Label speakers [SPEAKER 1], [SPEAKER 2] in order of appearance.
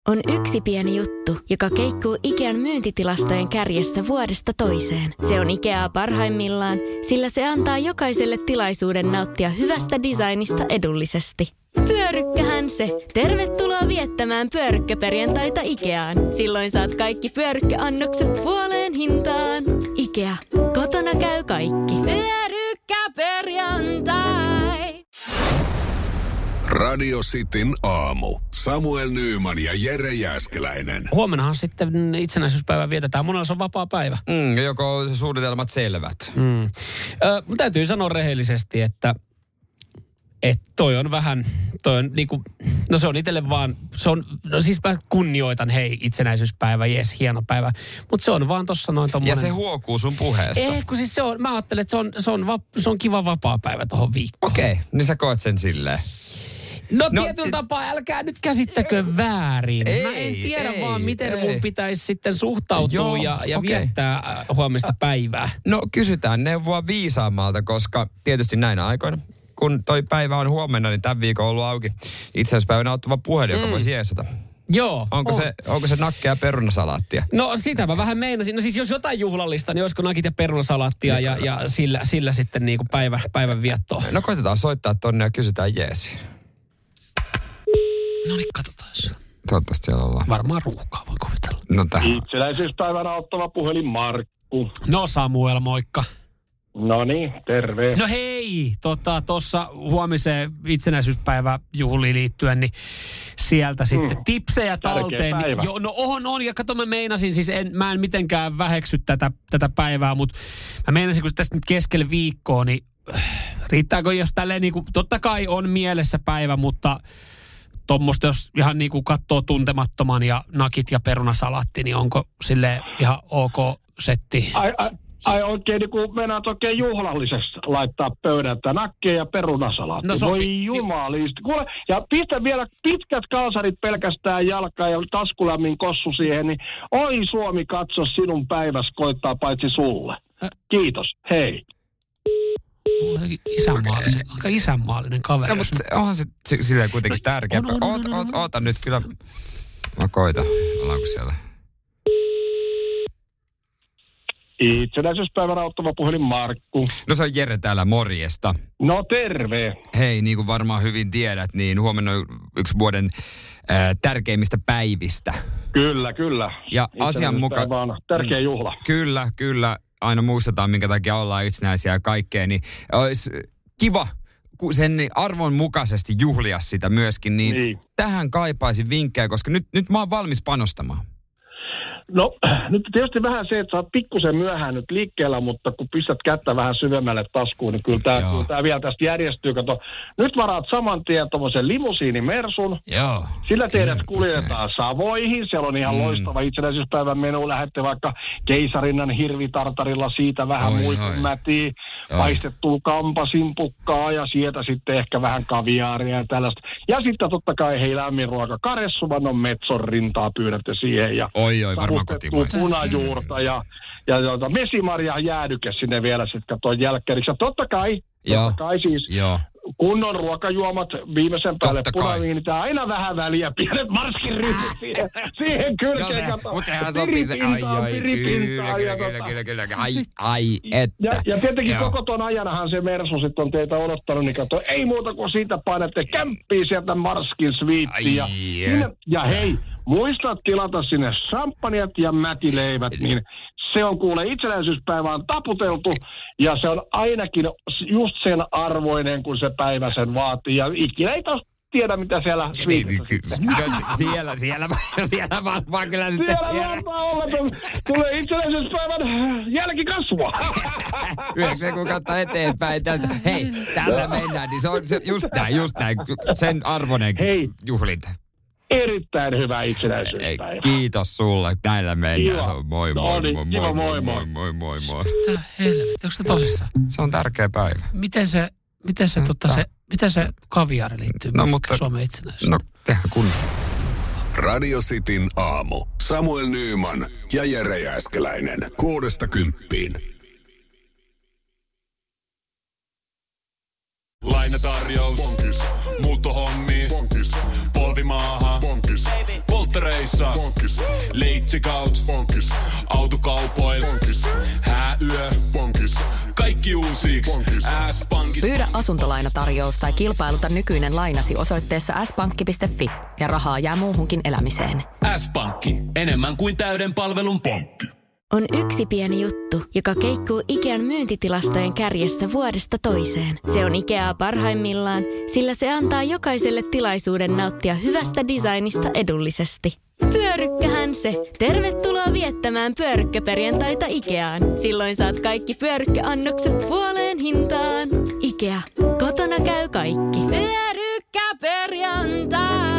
[SPEAKER 1] on yksi pieni juttu, joka keikkuu Ikean myyntitilastojen kärjessä vuodesta toiseen. Se on Ikeaa parhaimmillaan, sillä se antaa jokaiselle tilaisuuden nauttia hyvästä designista edullisesti. Pyörykkähän se! Tervetuloa viettämään pyörykkäperjantaita Ikeaan. Silloin saat kaikki pyörykkäannokset puoleen hintaan. Ikea. Kotona käy kaikki. Pyörykkäperjantai!
[SPEAKER 2] Radio Cityn aamu. Samuel Nyyman ja Jere Jääskeläinen.
[SPEAKER 3] Huomennahan sitten itsenäisyyspäivä vietetään. Monella se on vapaa päivä.
[SPEAKER 4] Joko suunnitelmat selvät.
[SPEAKER 3] Mun täytyy sanoa rehellisesti, että toi on niinku, no se on itselle vaan, siis mä kunnioitan, hei, itsenäisyyspäivä, jes, hieno päivä, mutta se on vaan tossa noin tommonen.
[SPEAKER 4] Ja se huokuu sun puheesta.
[SPEAKER 3] Kun siis mä ajattelen, että se on kiva vapaa päivä tohon viikkoon.
[SPEAKER 4] Okei, niin sä koet sen silleen.
[SPEAKER 3] No tietyllä tapaa, älkää nyt käsittäkö väärin. Mä en tiedä vaan, miten mun pitäisi sitten suhtautua ja viettää huomista päivää. No
[SPEAKER 4] kysytään neuvoa viisaammalta, koska tietysti näinä aikoina, kun toi päivä on huomenna, niin tämän viikon on ollut auki itsenäisyyspäivänä auttava puhelin, joka voi jeesata.
[SPEAKER 3] Joo.
[SPEAKER 4] Onko se nakkeja perunasalaattia?
[SPEAKER 3] No sitä mä vähän meinasin. No siis jos jotain juhlallista, niin olisiko nakit ja perunasalaattia ja sillä sitten niinku päivän viettoa.
[SPEAKER 4] No koitetaan soittaa tonne ja kysytään jeesi.
[SPEAKER 3] No niin, katsotaan.
[SPEAKER 4] Toivottavasti siellä ollaan.
[SPEAKER 3] Varmaan ruuhkaa, voin kuvitella.
[SPEAKER 4] No tähän.
[SPEAKER 5] Itsenäisyyspäivänä auttava puhelin Markku.
[SPEAKER 3] No Samuel, moikka.
[SPEAKER 5] No niin, terve.
[SPEAKER 3] No hei, tossa huomiseen itsenäisyyspäiväjuhliin liittyen, niin sieltä sitten tipsejä talteen.
[SPEAKER 5] Päivä.
[SPEAKER 3] No on, ja kato mä meinasin, siis mä en mitenkään väheksy tätä päivää, mutta mä meinasin, kun tästä nyt keskelle viikkoa, niin riittääkö jos tälleen niin kuin, totta kai on mielessä päivä, mutta tuommoista, jos ihan niin kuin katsoo Tuntemattoman ja nakit ja perunasalaatti, niin onko silleen ihan ok setti?
[SPEAKER 5] Ai oikein, niin kuin meinaat oikein juhlallisesti laittaa pöydältä nakkeja ja perunasalaatti.
[SPEAKER 3] No
[SPEAKER 5] voi jumalisti. Kuule, ja pistä vielä pitkät kalsarit pelkästään jalkaan ja taskulämmin kossu siihen, niin oi Suomi, katso sinun päiväs koittaa paitsi sulle. Kiitos, hei.
[SPEAKER 3] Aika isänmaallinen kaveri.
[SPEAKER 4] No, mutta onhan se silleen kuitenkin tärkeä. Oota nyt kyllä. Mä koitan. Ollaanko siellä?
[SPEAKER 5] Itsenäisyyspäivän auttava puhelin Markku.
[SPEAKER 4] No se on Jere täällä, morjesta.
[SPEAKER 5] No terve.
[SPEAKER 4] Hei, niin kuin varmaan hyvin tiedät, niin huomenna on yksi vuoden tärkeimmistä päivistä.
[SPEAKER 5] Kyllä.
[SPEAKER 4] Ja asian mukaan
[SPEAKER 5] tärkeä juhla.
[SPEAKER 4] Kyllä. Aina muistetaan, minkä takia ollaan itsenäisiä ja kaikkea, niin olisi kiva sen arvon mukaisesti juhlia sitä myöskin, niin tähän kaipaisin vinkkejä, koska nyt mä oon valmis panostamaan.
[SPEAKER 5] No nyt tietysti vähän se, että sä oot pikkusen myöhään nyt liikkeellä, mutta kun pistät kättä vähän syvemmälle taskuun, niin kyllä tää vielä tästä järjestyy. Kato, nyt varaat saman tien tommosen limusiinimersun.
[SPEAKER 4] Joo.
[SPEAKER 5] Sillä teidät kuljetetaan Savoihin. Siellä on ihan loistava itsenäisyyspäivän menu. Lähette vaikka keisarinnan hirvitartarilla siitä vähän muikunmätiä, paistettua kampasimpukkaa ja sieltä sitten ehkä vähän kaviaaria ja tällaista. Ja sitten totta kai hei lämmin ruoka. Karessuvannon metson rintaa pyydätte siihen ja
[SPEAKER 4] varmaan kotimaista.
[SPEAKER 5] Punajuurta ja mesimarja jäädyke sinne vielä sitten katsoin jälkkäriksi. Ja totta kai siis kunnon ruokajuomat viimeisen päälle punaviinit ja aina vähän väliä, pienet marskiryhmät siihen kylkeen.
[SPEAKER 4] Mutta sehän sopii se. Kyllä.
[SPEAKER 5] Ja tietenkin koko ton ajanahan se Mersu sitten on teitä odottanut, niin katso, ei muuta kuin siitä painatte kämppiä sieltä Marskin sviittiin. Ja hei, muistat tilata sinne champagnat ja mätileivät, niin se on kuule itsenäisyyspäivään taputeltu ja se on ainakin just sen arvoinen, kun se päivä sen vaatii. Ja ikinä ei taas tiedä, mitä siellä sviitissä
[SPEAKER 4] siellä varmaan kyllä sitten.
[SPEAKER 5] Siellä varmaan olla, tulee itsenäisyyspäivän jälkikasvua.
[SPEAKER 4] 9 kuukautta eteenpäin tästä. Hei, tällä mennään, niin se on just näin, sen arvoinen juhlinta.
[SPEAKER 5] Erittäin hyvä itsenäisyyspäivä.
[SPEAKER 4] Kiitos sulle. Näillä mennään. Moi.
[SPEAKER 3] Mitä helvetti, onko se tosissaan?
[SPEAKER 4] Se on tärkeä päivä.
[SPEAKER 3] Miten se kaviaari liittyy Suomen itsenäisyyteen?
[SPEAKER 4] No, tehdään kunnossa.
[SPEAKER 2] Radio Cityn aamu. Samuel Nyyman ja Jere Jääskeläinen. 6–10.
[SPEAKER 6] Lainatarjous. Bonkis. Muuttohommi. Bonkis. Polvimaaha. Bonkis. Polttereissa. kaupoissa. Pankis. Leitsikaut. Pankis. Autokaupoil. Pankis. Hääyö. Pankis. Kaikki uusiiksi. S-pankki.
[SPEAKER 7] Pyydä asuntolainatarjous tai kilpailuta nykyinen lainasi osoitteessa s-pankki.fi ja rahaa jää muuhunkin elämiseen.
[SPEAKER 6] S-pankki. Enemmän kuin täyden palvelun pankki.
[SPEAKER 1] On yksi pieni juttu, joka keikkuu Ikean myyntitilastojen kärjessä vuodesta toiseen. Se on Ikeaa parhaimmillaan, sillä se antaa jokaiselle tilaisuuden nauttia hyvästä designista edullisesti. Pyörykkähän se! Tervetuloa viettämään pyörykkäperjantaita Ikeaan. Silloin saat kaikki pyörykkäannokset puoleen hintaan. Ikea. Kotona käy kaikki. Pyörykkäperjantai!